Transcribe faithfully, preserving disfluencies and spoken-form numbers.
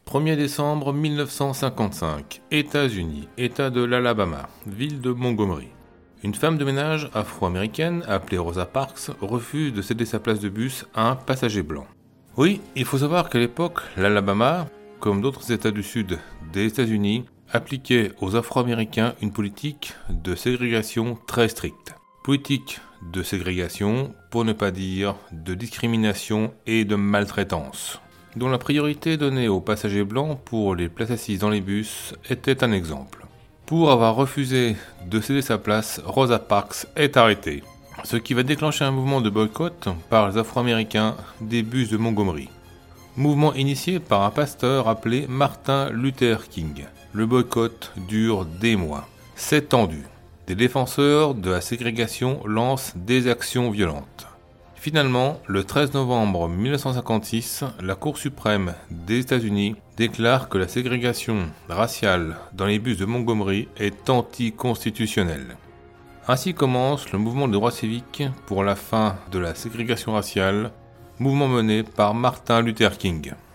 premier décembre mille neuf cent cinquante-cinq, États-Unis, État de l'Alabama, ville de Montgomery. Une femme de ménage afro-américaine, appelée Rosa Parks, refuse de céder sa place de bus à un passager blanc. Oui, il faut savoir qu'à l'époque, l'Alabama, comme d'autres États du sud des États-Unis, appliquait aux Afro-Américains une politique de ségrégation très stricte. Politique de ségrégation, pour ne pas dire de discrimination et de maltraitance, dont la priorité donnée aux passagers blancs pour les places assises dans les bus était un exemple. Pour avoir refusé de céder sa place, Rosa Parks est arrêtée, ce qui va déclencher un mouvement de boycott par les Afro-Américains des bus de Montgomery. Mouvement initié par un pasteur appelé Martin Luther King. Le boycott dure des mois. C'est tendu. Des défenseurs de la ségrégation lancent des actions violentes. Finalement, le treize novembre mille neuf cent cinquante-six, la Cour suprême des États-Unis déclare que la ségrégation raciale dans les bus de Montgomery est anticonstitutionnelle. Ainsi commence le mouvement de droits civiques pour la fin de la ségrégation raciale, mouvement mené par Martin Luther King.